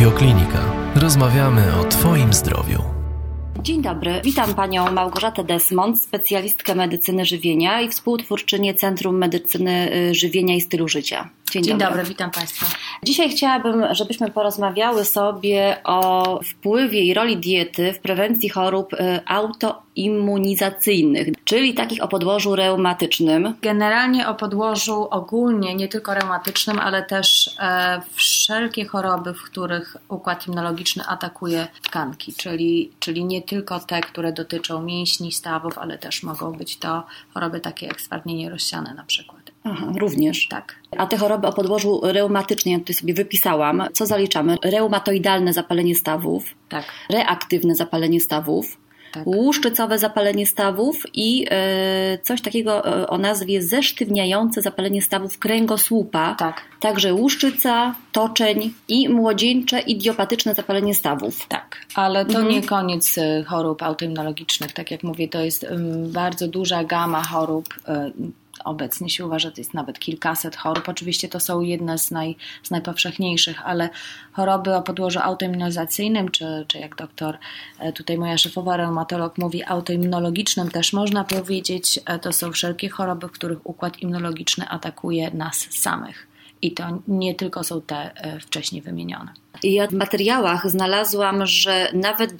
Bioklinika. Rozmawiamy o Twoim zdrowiu. Dzień dobry, witam Panią Małgorzatę Desmond, specjalistkę medycyny żywienia i współtwórczynię Centrum Medycyny Żywienia i Stylu Życia. Dzień dobry, witam Państwa. Dzisiaj chciałabym, żebyśmy porozmawiały sobie o wpływie i roli diety w prewencji chorób autoimmunizacyjnych, czyli takich o podłożu reumatycznym. Generalnie o podłożu ogólnie, nie tylko reumatycznym, ale też wszelkie choroby, w których układ immunologiczny atakuje tkanki, czyli nie tylko te, które dotyczą mięśni, stawów, ale też mogą być to choroby takie jak stwardnienie rozsiane na przykład. Aha, również. Tak. A te choroby o podłożu reumatycznym, ja tutaj sobie wypisałam, co zaliczamy? Reumatoidalne zapalenie stawów, Tak. reaktywne zapalenie stawów, Tak. łuszczycowe zapalenie stawów i coś takiego o nazwie zesztywniające zapalenie stawów kręgosłupa. Tak. Także łuszczyca, toczeń i młodzieńcze idiopatyczne zapalenie stawów. Tak, ale to nie koniec chorób autoimmunologicznych. Tak jak mówię, to jest bardzo duża gama chorób. Obecnie się uważa, że to jest nawet kilkaset chorób. Oczywiście to są jedne z najpowszechniejszych, ale choroby o podłożu autoimmunizacyjnym, czy jak tutaj moja szefowa reumatolog mówi, autoimmunologicznym też można powiedzieć, to są wszelkie choroby, w których układ immunologiczny atakuje nas samych. I to nie tylko są te wcześniej wymienione. Ja w materiałach znalazłam, że nawet do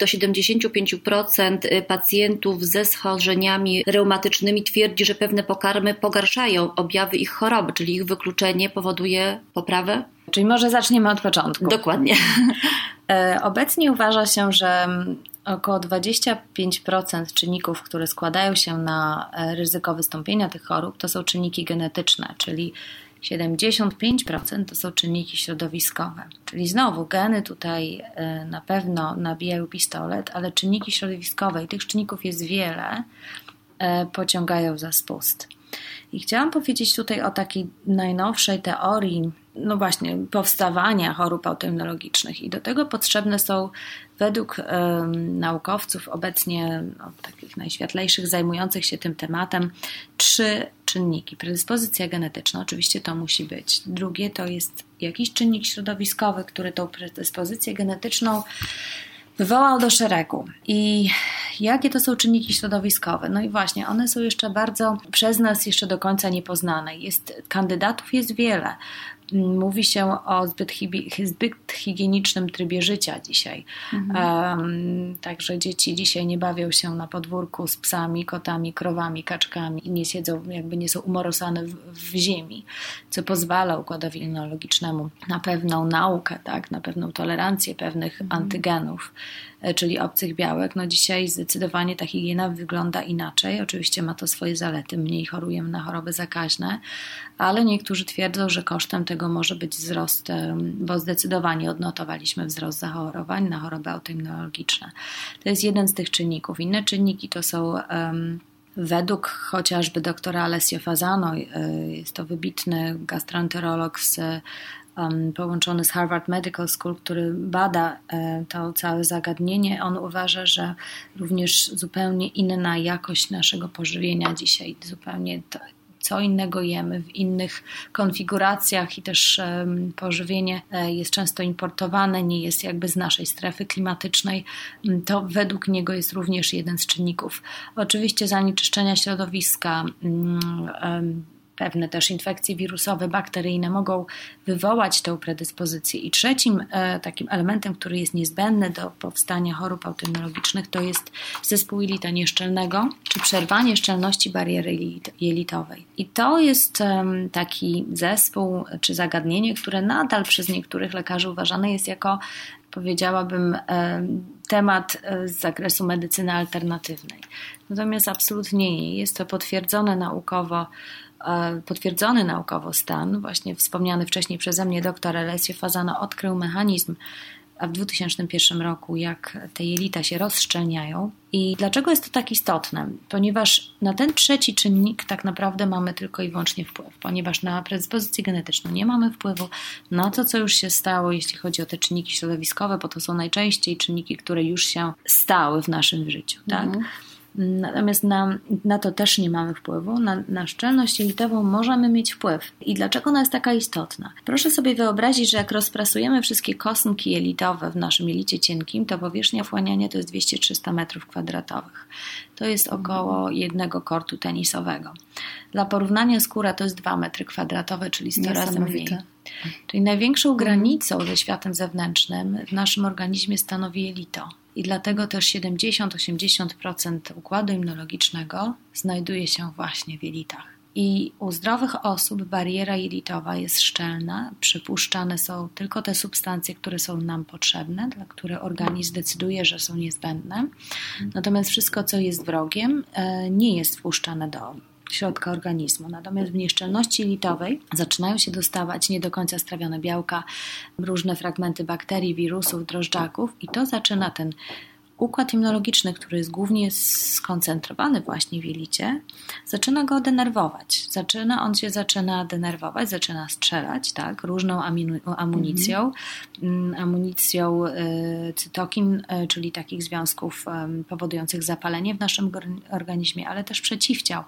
75% pacjentów ze schorzeniami reumatycznymi twierdzi, że pewne pokarmy pogarszają objawy ich choroby, czyli ich wykluczenie powoduje poprawę? Czyli może zaczniemy od początku. Dokładnie. Obecnie uważa się, że około 25% czynników, które składają się na ryzyko wystąpienia tych chorób, to są czynniki genetyczne, czyli 75% to są czynniki środowiskowe. Czyli znowu geny tutaj na pewno nabijają pistolet, ale czynniki środowiskowe, i tych czynników jest wiele, pociągają za spust. I chciałam powiedzieć tutaj o takiej najnowszej teorii, no właśnie, powstawania chorób autoimmunologicznych. I do tego potrzebne są według naukowców obecnie takich najświetlejszych, zajmujących się tym tematem, 3 czynniki. Predyspozycja genetyczna, oczywiście to musi być. Drugie to jest jakiś czynnik środowiskowy, który tą predyspozycję genetyczną wywołał do szeregu. I jakie to są czynniki środowiskowe? No i właśnie, one są jeszcze bardzo przez nas jeszcze do końca niepoznane. Kandydatów jest wiele. Mówi się o zbyt higienicznym trybie życia dzisiaj. Także dzieci dzisiaj nie bawią się na podwórku z psami, kotami, krowami, kaczkami i nie siedzą, jakby nie są umorosane w ziemi, co pozwala układowi immunologicznemu na pewną naukę, tak, na pewną tolerancję pewnych antygenów, czyli obcych białek. No dzisiaj zdecydowanie ta higiena wygląda inaczej. Oczywiście ma to swoje zalety. Mniej chorujemy na choroby zakaźne, ale niektórzy twierdzą, że kosztem tego może być wzrost, bo zdecydowanie odnotowaliśmy wzrost zachorowań na choroby autoimmunologiczne. To jest jeden z tych czynników. Inne czynniki to są według chociażby doktora Alessio Fasano, jest to wybitny gastroenterolog połączony z Harvard Medical School, który bada to całe zagadnienie. On uważa, że również zupełnie inna jakość naszego pożywienia dzisiaj, zupełnie co innego jemy w innych konfiguracjach i też pożywienie jest często importowane, nie jest jakby z naszej strefy klimatycznej. To według niego jest również jeden z czynników. Oczywiście zanieczyszczenia środowiska, pewne też infekcje wirusowe, bakteryjne mogą wywołać tę predyspozycję. I trzecim takim elementem, który jest niezbędny do powstania chorób autoimmunologicznych, to jest zespół jelita nieszczelnego, czy przerwanie szczelności bariery jelitowej. I to jest taki zespół, czy zagadnienie, które nadal przez niektórych lekarzy uważane jest jako, powiedziałabym, temat z zakresu medycyny alternatywnej. Natomiast absolutnie nie. Jest to potwierdzony naukowo stan. Właśnie wspomniany wcześniej przeze mnie dr Alessio Fasano odkrył mechanizm w 2001 roku, jak te jelita się rozszczelniają. I dlaczego jest to tak istotne? Ponieważ na ten trzeci czynnik tak naprawdę mamy tylko i wyłącznie wpływ, ponieważ na predyspozycję genetyczną nie mamy wpływu, na to, co już się stało, jeśli chodzi o te czynniki środowiskowe, bo to są najczęściej czynniki, które już się stały w naszym życiu. Tak? Natomiast na to też nie mamy wpływu. Na szczelność jelitową możemy mieć wpływ. I dlaczego ona jest taka istotna? Proszę sobie wyobrazić, że jak rozprasujemy wszystkie kosmki jelitowe w naszym jelicie cienkim, to powierzchnia wchłaniania to jest 200-300 m². To jest około jednego kortu tenisowego. Dla porównania skóra to jest 2 m², czyli 100 razy mniej. Czyli największą granicą ze światem zewnętrznym w naszym organizmie stanowi jelito. I dlatego też 70-80% układu immunologicznego znajduje się właśnie w jelitach. I u zdrowych osób bariera jelitowa jest szczelna, przypuszczane są tylko te substancje, które są nam potrzebne, dla których organizm decyduje, że są niezbędne. Natomiast wszystko, co jest wrogiem, nie jest wpuszczane do środka organizmu. Natomiast w nieszczelności jelitowej zaczynają się dostawać nie do końca strawione białka, różne fragmenty bakterii, wirusów, drożdżaków i to zaczyna ten układ immunologiczny, który jest głównie skoncentrowany właśnie w jelicie, zaczyna go denerwować. On się zaczyna denerwować, zaczyna strzelać, tak, różną amunicją, amunicją cytokin, czyli takich związków powodujących zapalenie w naszym organizmie, ale też przeciwciał.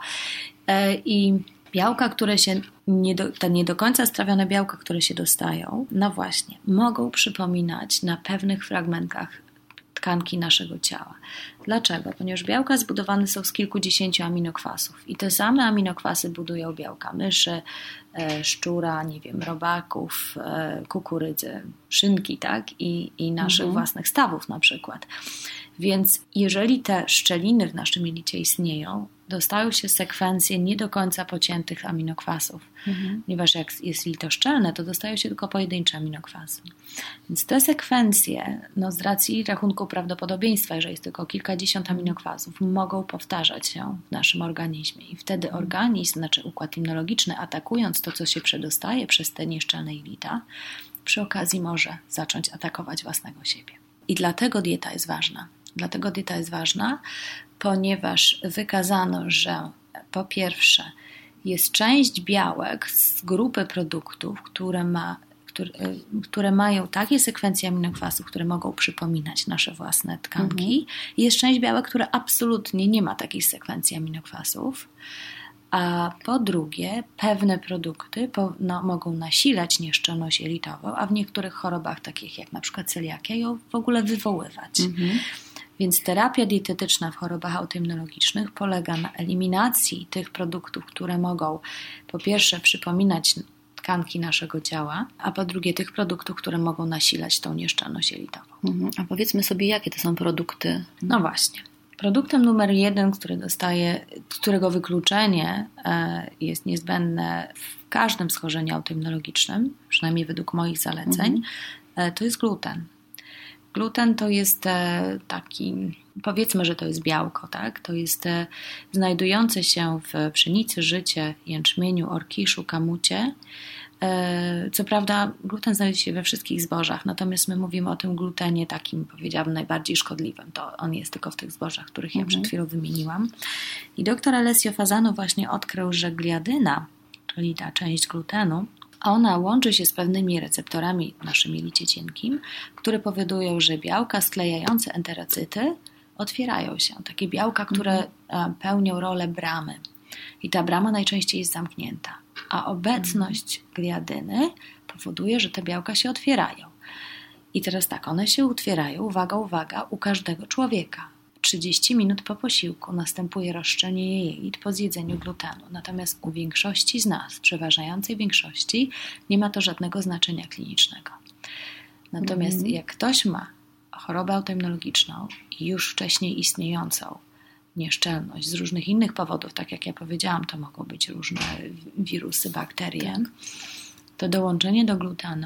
I białka, te nie do końca strawione białka, które się dostają, no właśnie, mogą przypominać na pewnych fragmentach tkanki naszego ciała. Dlaczego? Ponieważ białka zbudowane są z kilkudziesięciu aminokwasów i te same aminokwasy budują białka myszy, szczura, robaków, kukurydzy, szynki, tak? I naszych własnych stawów na przykład. Więc jeżeli te szczeliny w naszym jelicie istnieją, dostają się sekwencje nie do końca pociętych aminokwasów. Ponieważ jak jest jelito szczelne, to dostają się tylko pojedyncze aminokwasy. Więc te sekwencje, z racji rachunku prawdopodobieństwa, że jest tylko kilkadziesiąt aminokwasów, mogą powtarzać się w naszym organizmie. I wtedy organizm, znaczy układ immunologiczny, atakując to, co się przedostaje przez te nieszczelne jelita, przy okazji może zacząć atakować własnego siebie. I dlatego dieta jest ważna. Ponieważ wykazano, że po pierwsze jest część białek z grupy produktów, które mają takie sekwencje aminokwasów, które mogą przypominać nasze własne tkanki. Jest część białek, które absolutnie nie ma takiej sekwencji aminokwasów. A po drugie, pewne produkty mogą nasilać nieszczelność jelitową, a w niektórych chorobach, takich jak na przykład celiakia, ją w ogóle wywoływać. Więc terapia dietetyczna w chorobach autoimmunologicznych polega na eliminacji tych produktów, które mogą po pierwsze przypominać tkanki naszego ciała, a po drugie tych produktów, które mogą nasilać tą nieszczelność jelitową. A powiedzmy sobie, jakie to są produkty? No właśnie. Produktem numer 1, którego wykluczenie jest niezbędne w każdym schorzeniu autoimmunologicznym, przynajmniej według moich zaleceń, to jest gluten. Gluten to jest taki, powiedzmy, że to jest białko, tak? To jest znajdujące się w pszenicy, życie, jęczmieniu, orkiszu, kamucie. Co prawda gluten znajduje się we wszystkich zbożach, natomiast my mówimy o tym glutenie takim, powiedziałabym, najbardziej szkodliwym. To on jest tylko w tych zbożach, których ja przed chwilą wymieniłam. I dr Alessio Fasano właśnie odkrył, że gliadyna, czyli ta część glutenu, ona łączy się z pewnymi receptorami w naszym jelicie cienkim, które powodują, że białka sklejające enterocyty otwierają się. Takie białka, które pełnią rolę bramy. I ta brama najczęściej jest zamknięta. A obecność gliadyny powoduje, że te białka się otwierają. I teraz tak, one się otwierają, uwaga, u każdego człowieka. 30 minut po posiłku następuje rozszczelnienie jelit po zjedzeniu glutenu. Natomiast u większości z nas, przeważającej większości, nie ma to żadnego znaczenia klinicznego. Natomiast jak ktoś ma chorobę autoimmunologiczną i już wcześniej istniejącą nieszczelność z różnych innych powodów, tak jak ja powiedziałam, to mogą być różne wirusy, bakterie, to dołączenie do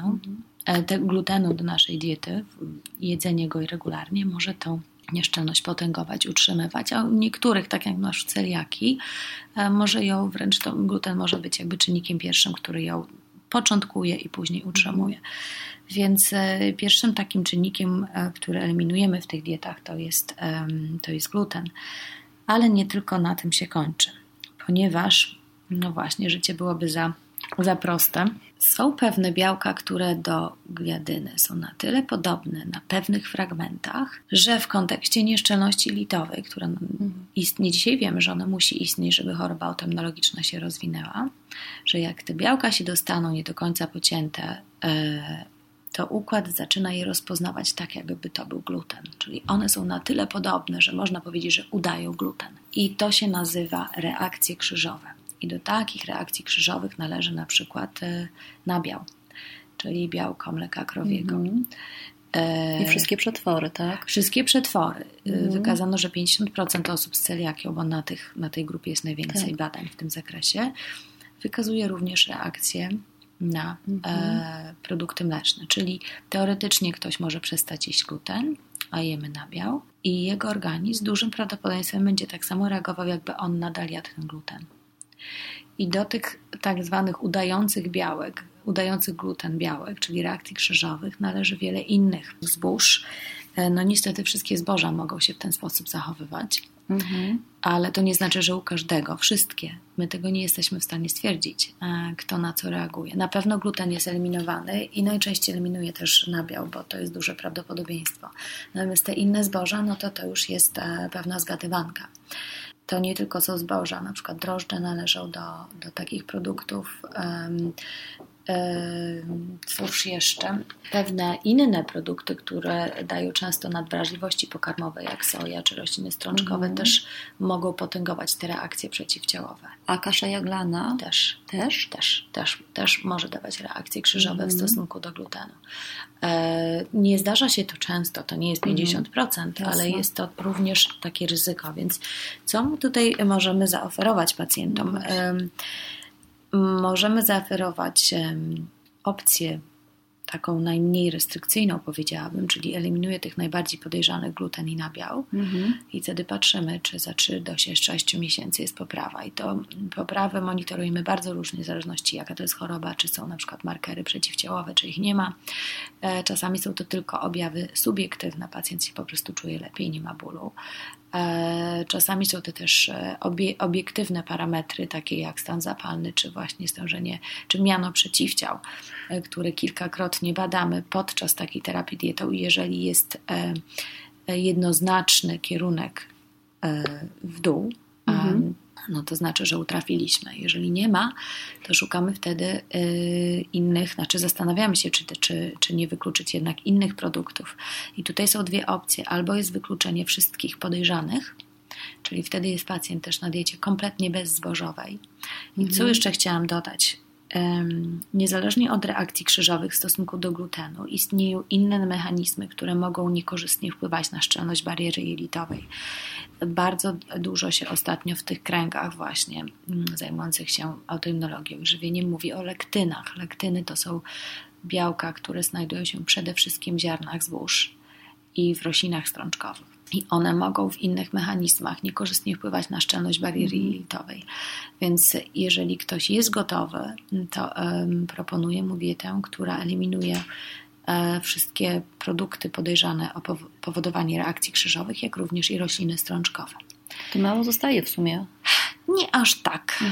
glutenu do naszej diety, jedzenie go regularnie może tą nieszczelność potęgować, utrzymywać, a u niektórych, tak jak masz celiaki, może ją wręcz, to gluten może być jakby czynnikiem pierwszym, który ją początkuje i później utrzymuje. Więc pierwszym takim czynnikiem, który eliminujemy w tych dietach, to jest gluten. Ale nie tylko na tym się kończy, ponieważ no właśnie życie byłoby za proste. Są pewne białka, które do gliadyny są na tyle podobne na pewnych fragmentach, że w kontekście nieszczelności litowej, która istnieje, dzisiaj wiemy, że ona musi istnieć, żeby choroba autoimmunologiczna się rozwinęła, że jak te białka się dostaną nie do końca pocięte, to układ zaczyna je rozpoznawać tak, jakby to był gluten. Czyli one są na tyle podobne, że można powiedzieć, że udają gluten. I to się nazywa reakcje krzyżowe. I do takich reakcji krzyżowych należy na przykład nabiał, czyli białko mleka krowiego. I wszystkie przetwory, tak? Wszystkie przetwory. Wykazano, że 50% osób z celiakią, bo na tej grupie jest najwięcej badań w tym zakresie, wykazuje również reakcję na produkty mleczne. Czyli teoretycznie ktoś może przestać jeść gluten, a jemy nabiał i jego organizm z dużym prawdopodobieństwem będzie tak samo reagował, jakby on nadal jadł ten gluten. I do tych tak zwanych udających gluten białek, czyli reakcji krzyżowych, należy wiele innych zbóż. No niestety wszystkie zboża mogą się w ten sposób zachowywać, ale to nie znaczy, że u każdego, wszystkie. My tego nie jesteśmy w stanie stwierdzić, kto na co reaguje. Na pewno gluten jest eliminowany i najczęściej eliminuje też nabiał, bo to jest duże prawdopodobieństwo. Natomiast te inne zboża, no to już jest pewna zgadywanka. To nie tylko są zboża, na przykład drożdże należą do takich produktów. Cóż jeszcze? Pewne inne produkty, które dają często nadwrażliwości pokarmowe, jak soja czy rośliny strączkowe, też mogą potęgować te reakcje przeciwciałowe. A kasza jaglana? Też może dawać reakcje krzyżowe w stosunku do glutenu. Nie zdarza się to często, to nie jest 50%, ale jest to również takie ryzyko, więc co my tutaj możemy zaoferować pacjentom? Możemy zaoferować opcję taką najmniej restrykcyjną, powiedziałabym, czyli eliminuję tych najbardziej podejrzanych gluten i nabiał i wtedy patrzymy, czy za 3 do 6 miesięcy jest poprawa i to poprawę monitorujemy bardzo różnie w zależności jaka to jest choroba, czy są na przykład markery przeciwciałowe, czy ich nie ma. Czasami są to tylko objawy subiektywne, pacjent się po prostu czuje lepiej, nie ma bólu. Czasami są to też obiektywne parametry, takie jak stan zapalny, czy właśnie stężenie, czy miano przeciwciał, które kilkakrotnie badamy podczas takiej terapii dietą i jeżeli jest jednoznaczny kierunek w dół, no to znaczy, że utrafiliśmy. Jeżeli nie ma, to szukamy wtedy innych, zastanawiamy się, czy nie wykluczyć jednak innych produktów. I tutaj są 2 opcje. Albo jest wykluczenie wszystkich podejrzanych, czyli wtedy jest pacjent też na diecie kompletnie bezzbożowej. I co jeszcze chciałam dodać? Niezależnie od reakcji krzyżowych w stosunku do glutenu istnieją inne mechanizmy, które mogą niekorzystnie wpływać na szczelność bariery jelitowej. Bardzo dużo się ostatnio w tych kręgach właśnie zajmujących się autoimmunologią i żywieniem mówi o lektynach. Lektyny to są białka, które znajdują się przede wszystkim w ziarnach zbóż i w roślinach strączkowych. I one mogą w innych mechanizmach niekorzystnie wpływać na szczelność bariery jelitowej. Więc jeżeli ktoś jest gotowy, to proponuję mu dietę, która eliminuje wszystkie produkty podejrzane o powodowanie reakcji krzyżowych, jak również i rośliny strączkowe. To mało zostaje w sumie. Nie aż tak.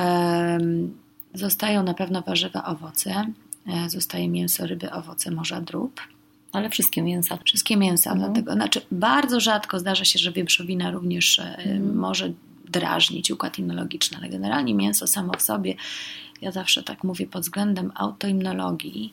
Zostają na pewno warzywa, owoce. Zostaje mięso, ryby, owoce, morza, drób. Ale wszystkie mięsa. Wszystkie mięsa, dlatego. Bardzo rzadko zdarza się, że wieprzowina również może drażnić układ immunologiczny, ale generalnie mięso samo w sobie, ja zawsze tak mówię pod względem autoimmunologii,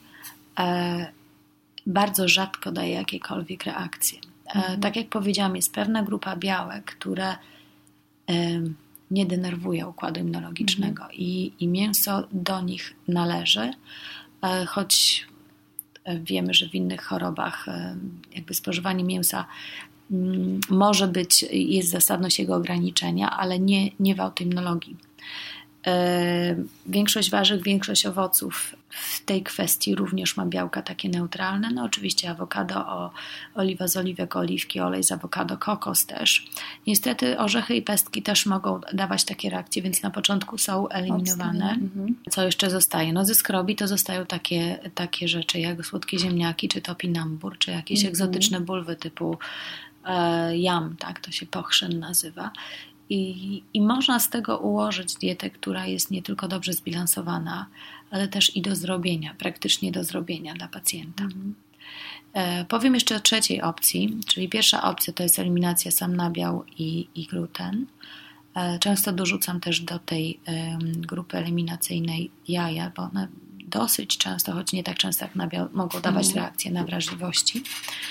bardzo rzadko daje jakiekolwiek reakcje. Tak jak powiedziałam, jest pewna grupa białek, które nie denerwują układu immunologicznego i mięso do nich należy, choć wiemy, że w innych chorobach jakby spożywanie mięsa może być, jest zasadność jego ograniczenia, ale nie w autoimmunologii. Większość warzyw, większość owoców w tej kwestii również ma białka takie neutralne. No oczywiście awokado, oliwa z oliwek, oliwki, olej z awokado, kokos też. Niestety orzechy i pestki też mogą dawać takie reakcje, więc na początku są eliminowane. Co jeszcze zostaje? No ze skrobi to zostają takie rzeczy jak słodkie ziemniaki, czy topinambur, czy jakieś egzotyczne bulwy typu jam, tak, to się pochrzyn nazywa. I można z tego ułożyć dietę, która jest nie tylko dobrze zbilansowana, ale też i do zrobienia, praktycznie do zrobienia dla pacjenta. Powiem jeszcze o trzeciej opcji, czyli pierwsza opcja to jest eliminacja sam nabiał i gluten. Często dorzucam też do tej grupy eliminacyjnej jaja, bo one dosyć często, choć nie tak często jak nabiał, mogą dawać reakcje na wrażliwości.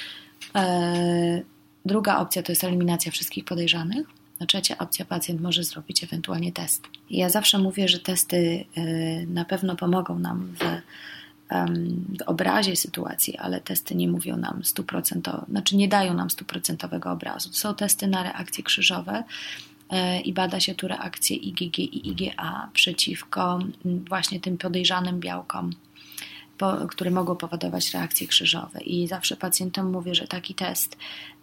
Druga opcja to jest eliminacja wszystkich podejrzanych. A trzecia opcja, pacjent może zrobić ewentualnie test. Ja zawsze mówię, że testy na pewno pomogą nam w obrazie sytuacji, ale testy nie mówią nam 100%, znaczy nie dają nam 100% obrazu. Są testy na reakcje krzyżowe i bada się tu reakcje IgG i IgA przeciwko właśnie tym podejrzanym białkom, które mogą powodować reakcje krzyżowe. I zawsze pacjentom mówię, że taki test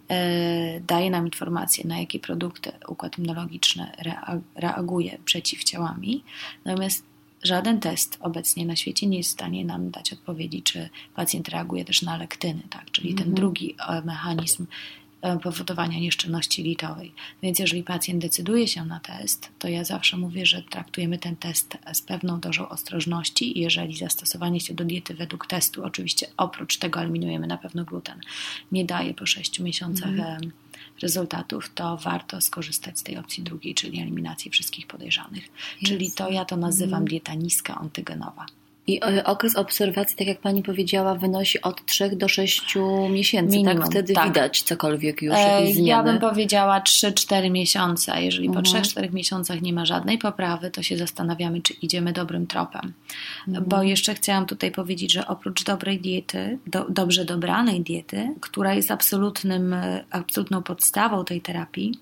daje nam informację, na jakie produkty układ immunologiczny reaguje przeciwciałami. Natomiast żaden test obecnie na świecie nie jest w stanie nam dać odpowiedzi, czy pacjent reaguje też na lektyny, tak? Czyli ten drugi mechanizm powodowania nieszczelności jelitowej. Więc jeżeli pacjent decyduje się na test, to ja zawsze mówię, że traktujemy ten test z pewną dozą ostrożności i jeżeli zastosowanie się do diety według testu, oczywiście oprócz tego eliminujemy na pewno gluten, nie daje po 6 miesiącach rezultatów, to warto skorzystać z tej opcji drugiej, czyli eliminacji wszystkich podejrzanych. Czyli to ja to nazywam dieta niska antygenowa. I okres obserwacji, tak jak Pani powiedziała, wynosi od 3 do 6 miesięcy. Minimum, tak? Wtedy widać cokolwiek już, jakieś zmiany. Ja bym powiedziała 3-4 miesiące. A jeżeli po 3-4 miesiącach nie ma żadnej poprawy, to się zastanawiamy, czy idziemy dobrym tropem. Bo jeszcze chciałam tutaj powiedzieć, że oprócz dobrej diety, dobrze dobranej diety, która jest absolutną podstawą tej terapii,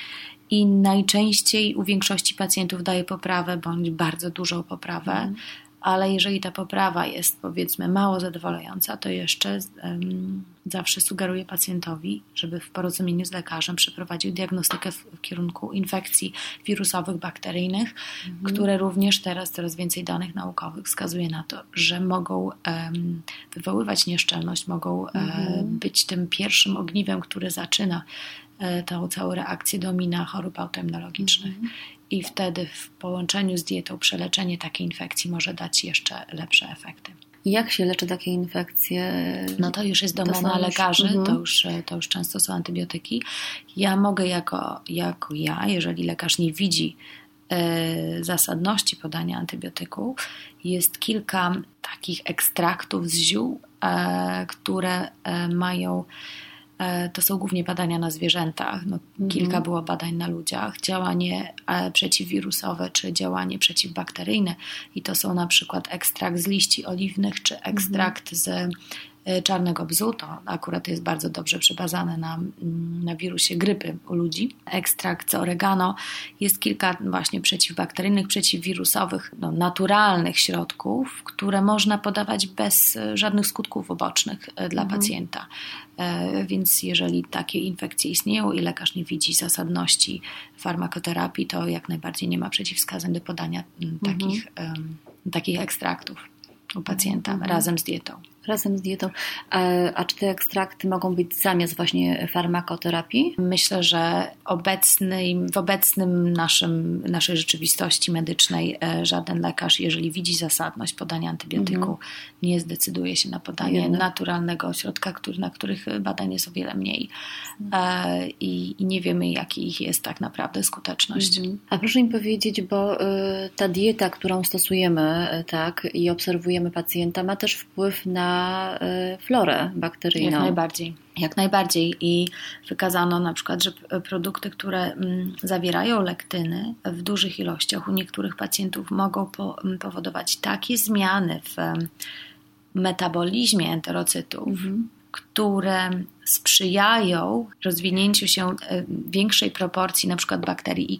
i najczęściej u większości pacjentów daje poprawę, bądź bardzo dużą poprawę, ale jeżeli ta poprawa jest, powiedzmy, mało zadowalająca, to jeszcze zawsze sugeruję pacjentowi, żeby w porozumieniu z lekarzem przeprowadził diagnostykę w kierunku infekcji wirusowych, bakteryjnych, które również teraz coraz więcej danych naukowych wskazuje na to, że mogą wywoływać nieszczelność, mogą być tym pierwszym ogniwem, który zaczyna tą całą reakcję domina chorób autoimmunologicznych. I wtedy w połączeniu z dietą przeleczenie takiej infekcji może dać jeszcze lepsze efekty. Jak się leczy takie infekcje? No to już jest domena lekarzy, to już często są antybiotyki. Ja mogę jeżeli lekarz nie widzi zasadności podania antybiotyku, jest kilka takich ekstraktów z ziół, które mają, to są głównie badania na zwierzętach, kilka było badań na ludziach, działanie przeciwwirusowe czy działanie przeciwbakteryjne i to są na przykład ekstrakt z liści oliwnych czy ekstrakt z czarnego bzu, to akurat jest bardzo dobrze przebazane na wirusie grypy u ludzi. Ekstrakt z oregano, jest kilka właśnie przeciwbakteryjnych, przeciwwirusowych, naturalnych środków, które można podawać bez żadnych skutków ubocznych dla pacjenta. Więc jeżeli takie infekcje istnieją i lekarz nie widzi zasadności farmakoterapii, to jak najbardziej nie ma przeciwwskazań do podania takich ekstraktów u pacjenta razem z dietą. Razem z dietą. A czy te ekstrakty mogą być zamiast właśnie farmakoterapii? Myślę, że w obecnym naszej rzeczywistości medycznej żaden lekarz, jeżeli widzi zasadność podania antybiotyku, nie zdecyduje się na podanie naturalnego środka, na których badań jest o wiele mniej. I nie wiemy, jaki ich jest tak naprawdę skuteczność. A proszę mi powiedzieć, bo ta dieta, którą stosujemy, tak, i obserwujemy pacjenta, ma też wpływ na florę bakteryjną. Jak najbardziej. I wykazano na przykład, że produkty, które zawierają lektyny w dużych ilościach u niektórych pacjentów mogą powodować takie zmiany w metabolizmie enterocytów, które sprzyjają rozwinięciu się większej proporcji na przykład bakterii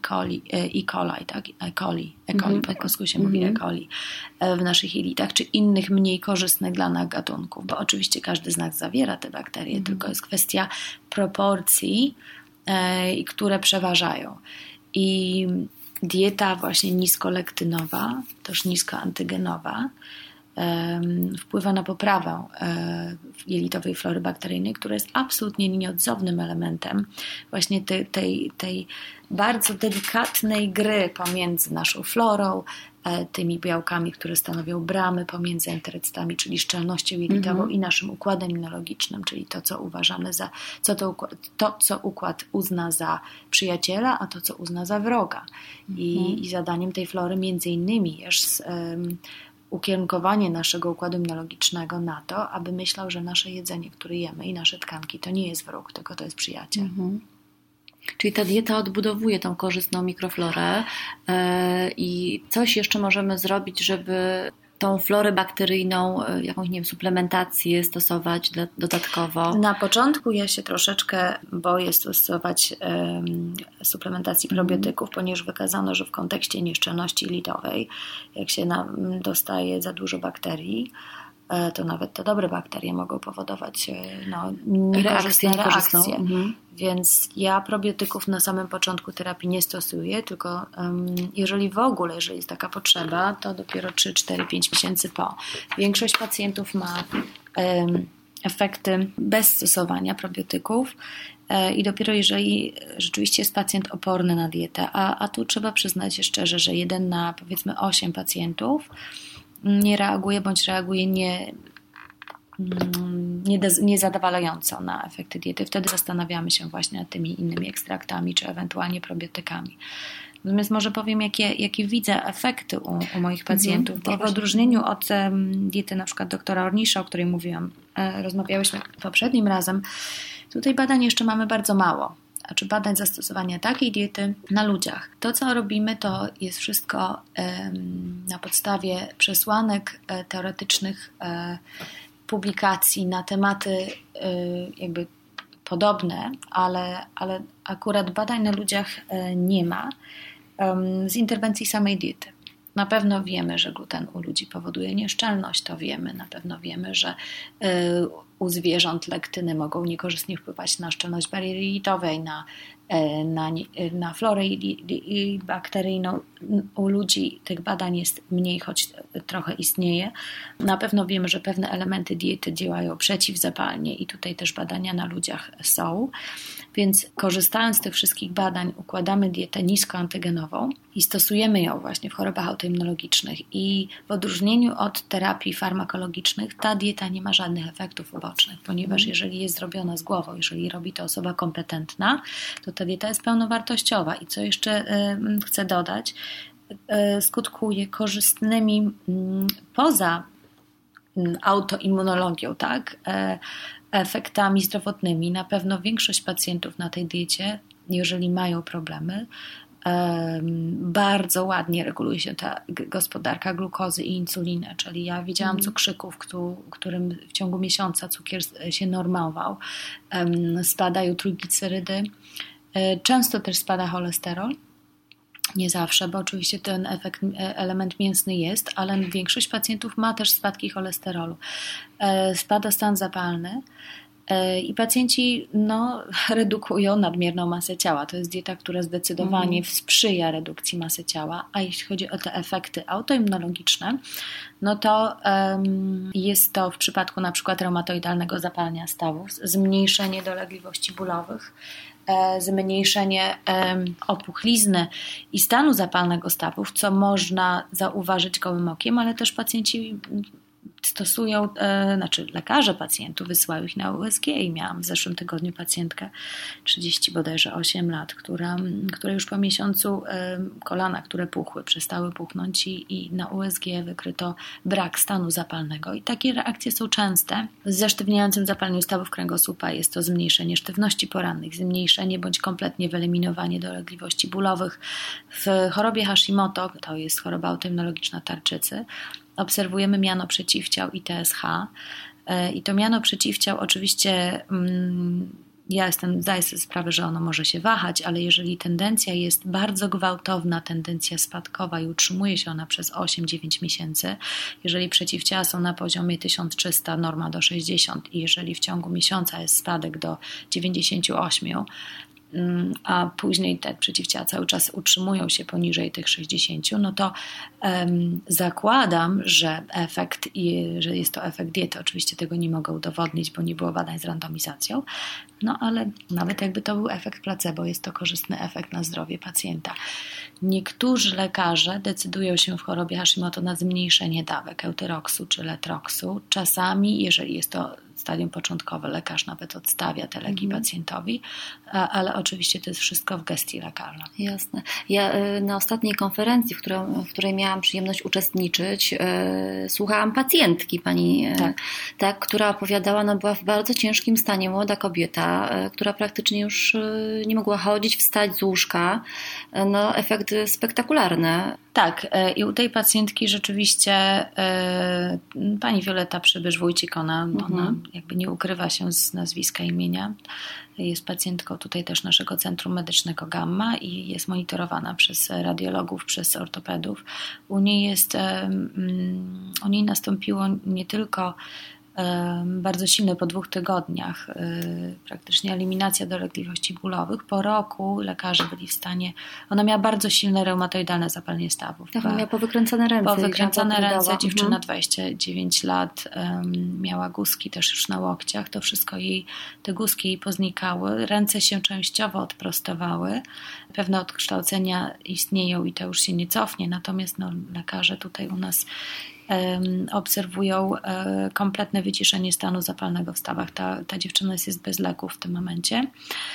E. coli, po polsku się mówi E. coli, w naszych jelitach, czy innych mniej korzystnych dla nas gatunków, bo oczywiście każdy z nas zawiera te bakterie, tylko jest kwestia proporcji, które przeważają. I dieta właśnie niskolektynowa, też niskoantygenowa, wpływa na poprawę jelitowej flory bakteryjnej, która jest absolutnie nieodzownym elementem właśnie tej bardzo delikatnej gry pomiędzy naszą florą, tymi białkami, które stanowią bramy pomiędzy enterocytami, czyli szczelnością jelitową i naszym układem immunologicznym, czyli to, co uważamy za, co układ uzna za przyjaciela, a to, co uzna za wroga. I zadaniem tej flory między innymi jest ukierunkowanie naszego układu immunologicznego na to, aby myślał, że nasze jedzenie, które jemy i nasze tkanki, to nie jest wróg, tylko to jest przyjaciel. Czyli ta dieta odbudowuje tą korzystną mikroflorę i coś jeszcze możemy zrobić, żeby tą florę bakteryjną, jakąś, nie wiem, suplementację stosować dodatkowo? Na początku ja się troszeczkę boję stosować suplementacji probiotyków, ponieważ wykazano, że w kontekście nieszczelności jelitowej, jak się dostaje za dużo bakterii, to nawet te dobre bakterie mogą powodować niekorzystne reakcje. Więc ja probiotyków na samym początku terapii nie stosuję, tylko jeżeli jest taka potrzeba, to dopiero 3, 4, 5 miesięcy po. Większość pacjentów ma efekty bez stosowania probiotyków i dopiero jeżeli rzeczywiście jest pacjent oporny na dietę, a tu trzeba przyznać się szczerze, że 1 na powiedzmy 8 pacjentów nie reaguje bądź reaguje niezadowalająco na efekty diety. Wtedy zastanawiamy się właśnie nad tymi innymi ekstraktami czy ewentualnie probiotykami. Natomiast może powiem, jakie widzę efekty u moich pacjentów, bo w odróżnieniu od diety na przykład doktora Ornisza, o której mówiłam, rozmawiałyśmy poprzednim razem, tutaj badań jeszcze mamy bardzo mało. Znaczy badań zastosowania takiej diety na ludziach. To, co robimy, to jest wszystko na podstawie przesłanek teoretycznych, publikacji na tematy jakby podobne, ale akurat badań na ludziach nie ma z interwencji samej diety. Na pewno wiemy, że gluten u ludzi powoduje nieszczelność, to wiemy. Na pewno wiemy, że u zwierząt lektyny mogą niekorzystnie wpływać na szczelność bariery jelitowej, na florę bakteryjną. U ludzi tych badań jest mniej, choć trochę istnieje. Na pewno wiemy, że pewne elementy diety działają przeciwzapalnie i tutaj też badania na ludziach są. Więc korzystając z tych wszystkich badań układamy dietę niskoantygenową i stosujemy ją właśnie w chorobach autoimmunologicznych i w odróżnieniu od terapii farmakologicznych ta dieta nie ma żadnych efektów ubocznych, ponieważ jeżeli jest zrobiona z głową, jeżeli robi to osoba kompetentna, to ta dieta jest pełnowartościowa i co jeszcze chcę dodać, skutkuje korzystnymi poza autoimmunologią, tak? Efektami zdrowotnymi. Na pewno większość pacjentów na tej diecie, jeżeli mają problemy, bardzo ładnie reguluje się ta gospodarka glukozy i insuliny, czyli ja widziałam cukrzyków, którym w ciągu miesiąca cukier się normował, spadają trójglicerydy, często też spada cholesterol. Nie zawsze, bo oczywiście ten element mięsny jest, ale większość pacjentów ma też spadki cholesterolu. Spada stan zapalny i pacjenci redukują nadmierną masę ciała. To jest dieta, która zdecydowanie sprzyja redukcji masy ciała, a jeśli chodzi o te efekty autoimmunologiczne, no to jest to w przypadku na przykład reumatoidalnego zapalenia stawów, zmniejszenie dolegliwości bólowych, zmniejszenie opuchlizny i stanu zapalnego stawów, co można zauważyć gołym okiem, ale też pacjenci stosują, lekarze pacjentów wysyłają ich na USG i miałam w zeszłym tygodniu pacjentkę 30 bodajże 8 lat, która już po miesiącu kolana, które puchły, przestały puchnąć i na USG wykryto brak stanu zapalnego i takie reakcje są częste. Z zesztywniającym zapaleniem stawów kręgosłupa jest to zmniejszenie sztywności porannych, zmniejszenie bądź kompletnie wyeliminowanie dolegliwości bólowych. W chorobie Hashimoto, to jest choroba autoimmunologiczna tarczycy, obserwujemy miano przeciwciał i TSH i to miano przeciwciał oczywiście ja zdaję sobie sprawę, że ono może się wahać, ale jeżeli tendencja jest bardzo gwałtowna, tendencja spadkowa i utrzymuje się ona przez 8-9 miesięcy, jeżeli przeciwciała są na poziomie 1300, norma do 60 i jeżeli w ciągu miesiąca jest spadek do 98, a później te przeciwciała cały czas utrzymują się poniżej tych 60, no to zakładam, że że jest to efekt diety. Oczywiście tego nie mogę udowodnić, bo nie było badań z randomizacją, no ale nawet jakby to był efekt placebo, jest to korzystny efekt na zdrowie pacjenta. Niektórzy lekarze decydują się w chorobie Hashimoto na zmniejszenie dawek eutyroksu czy letroksu. Czasami, jeżeli jest to stadium początkowe, lekarz nawet odstawia te leki pacjentowi, ale oczywiście to jest wszystko w gestii lekarza. Jasne. Ja na ostatniej konferencji, w której miałam przyjemność uczestniczyć, słuchałam pacjentki pani, tak, która opowiadała, była w bardzo ciężkim stanie, młoda kobieta, która praktycznie już nie mogła chodzić, wstać z łóżka. Efekt spektakularny. Tak, i u tej pacjentki rzeczywiście pani Wioleta Przybysz-Wójcik, ona jakby nie ukrywa się z nazwiska, imienia. Jest pacjentką tutaj też naszego Centrum Medycznego Gamma i jest monitorowana przez radiologów, przez ortopedów. U niej nastąpiło nie tylko bardzo silny po 2 tygodniach, praktycznie eliminacja dolegliwości bólowych. Po roku lekarze byli w stanie, ona miała bardzo silne reumatoidalne zapalenie stawów. Tak, miała powykręcane ręce. Powykręcane ręce, dziewczyna 29 lat, miała guzki też już na łokciach, to wszystko te guzki jej poznikały, ręce się częściowo odprostowały, pewne odkształcenia istnieją i to już się nie cofnie, natomiast lekarze tutaj u nas obserwują kompletne wyciszenie stanu zapalnego w stawach. Ta dziewczyna jest bez leków w tym momencie.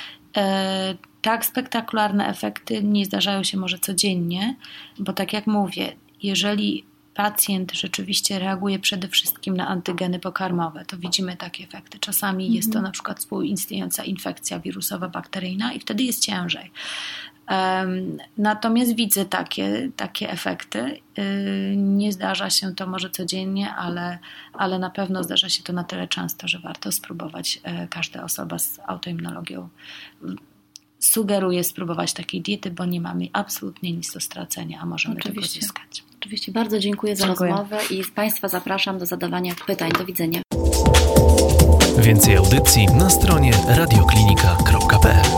Tak spektakularne efekty nie zdarzają się może codziennie, bo tak jak mówię, jeżeli pacjent rzeczywiście reaguje przede wszystkim na antygeny pokarmowe, to widzimy takie efekty. Czasami jest to na przykład współistniejąca infekcja wirusowa, bakteryjna i wtedy jest ciężej. Natomiast widzę takie efekty. Nie zdarza się to może codziennie, ale na pewno zdarza się to na tyle często, że warto spróbować. Każda osoba z autoimmunologią sugeruje spróbować takiej diety, bo nie mamy absolutnie nic do stracenia, a możemy tego zyskać. Oczywiście bardzo dziękuję za rozmowę i Państwa zapraszam do zadawania pytań. Do widzenia. Więcej audycji na stronie radioklinika.pl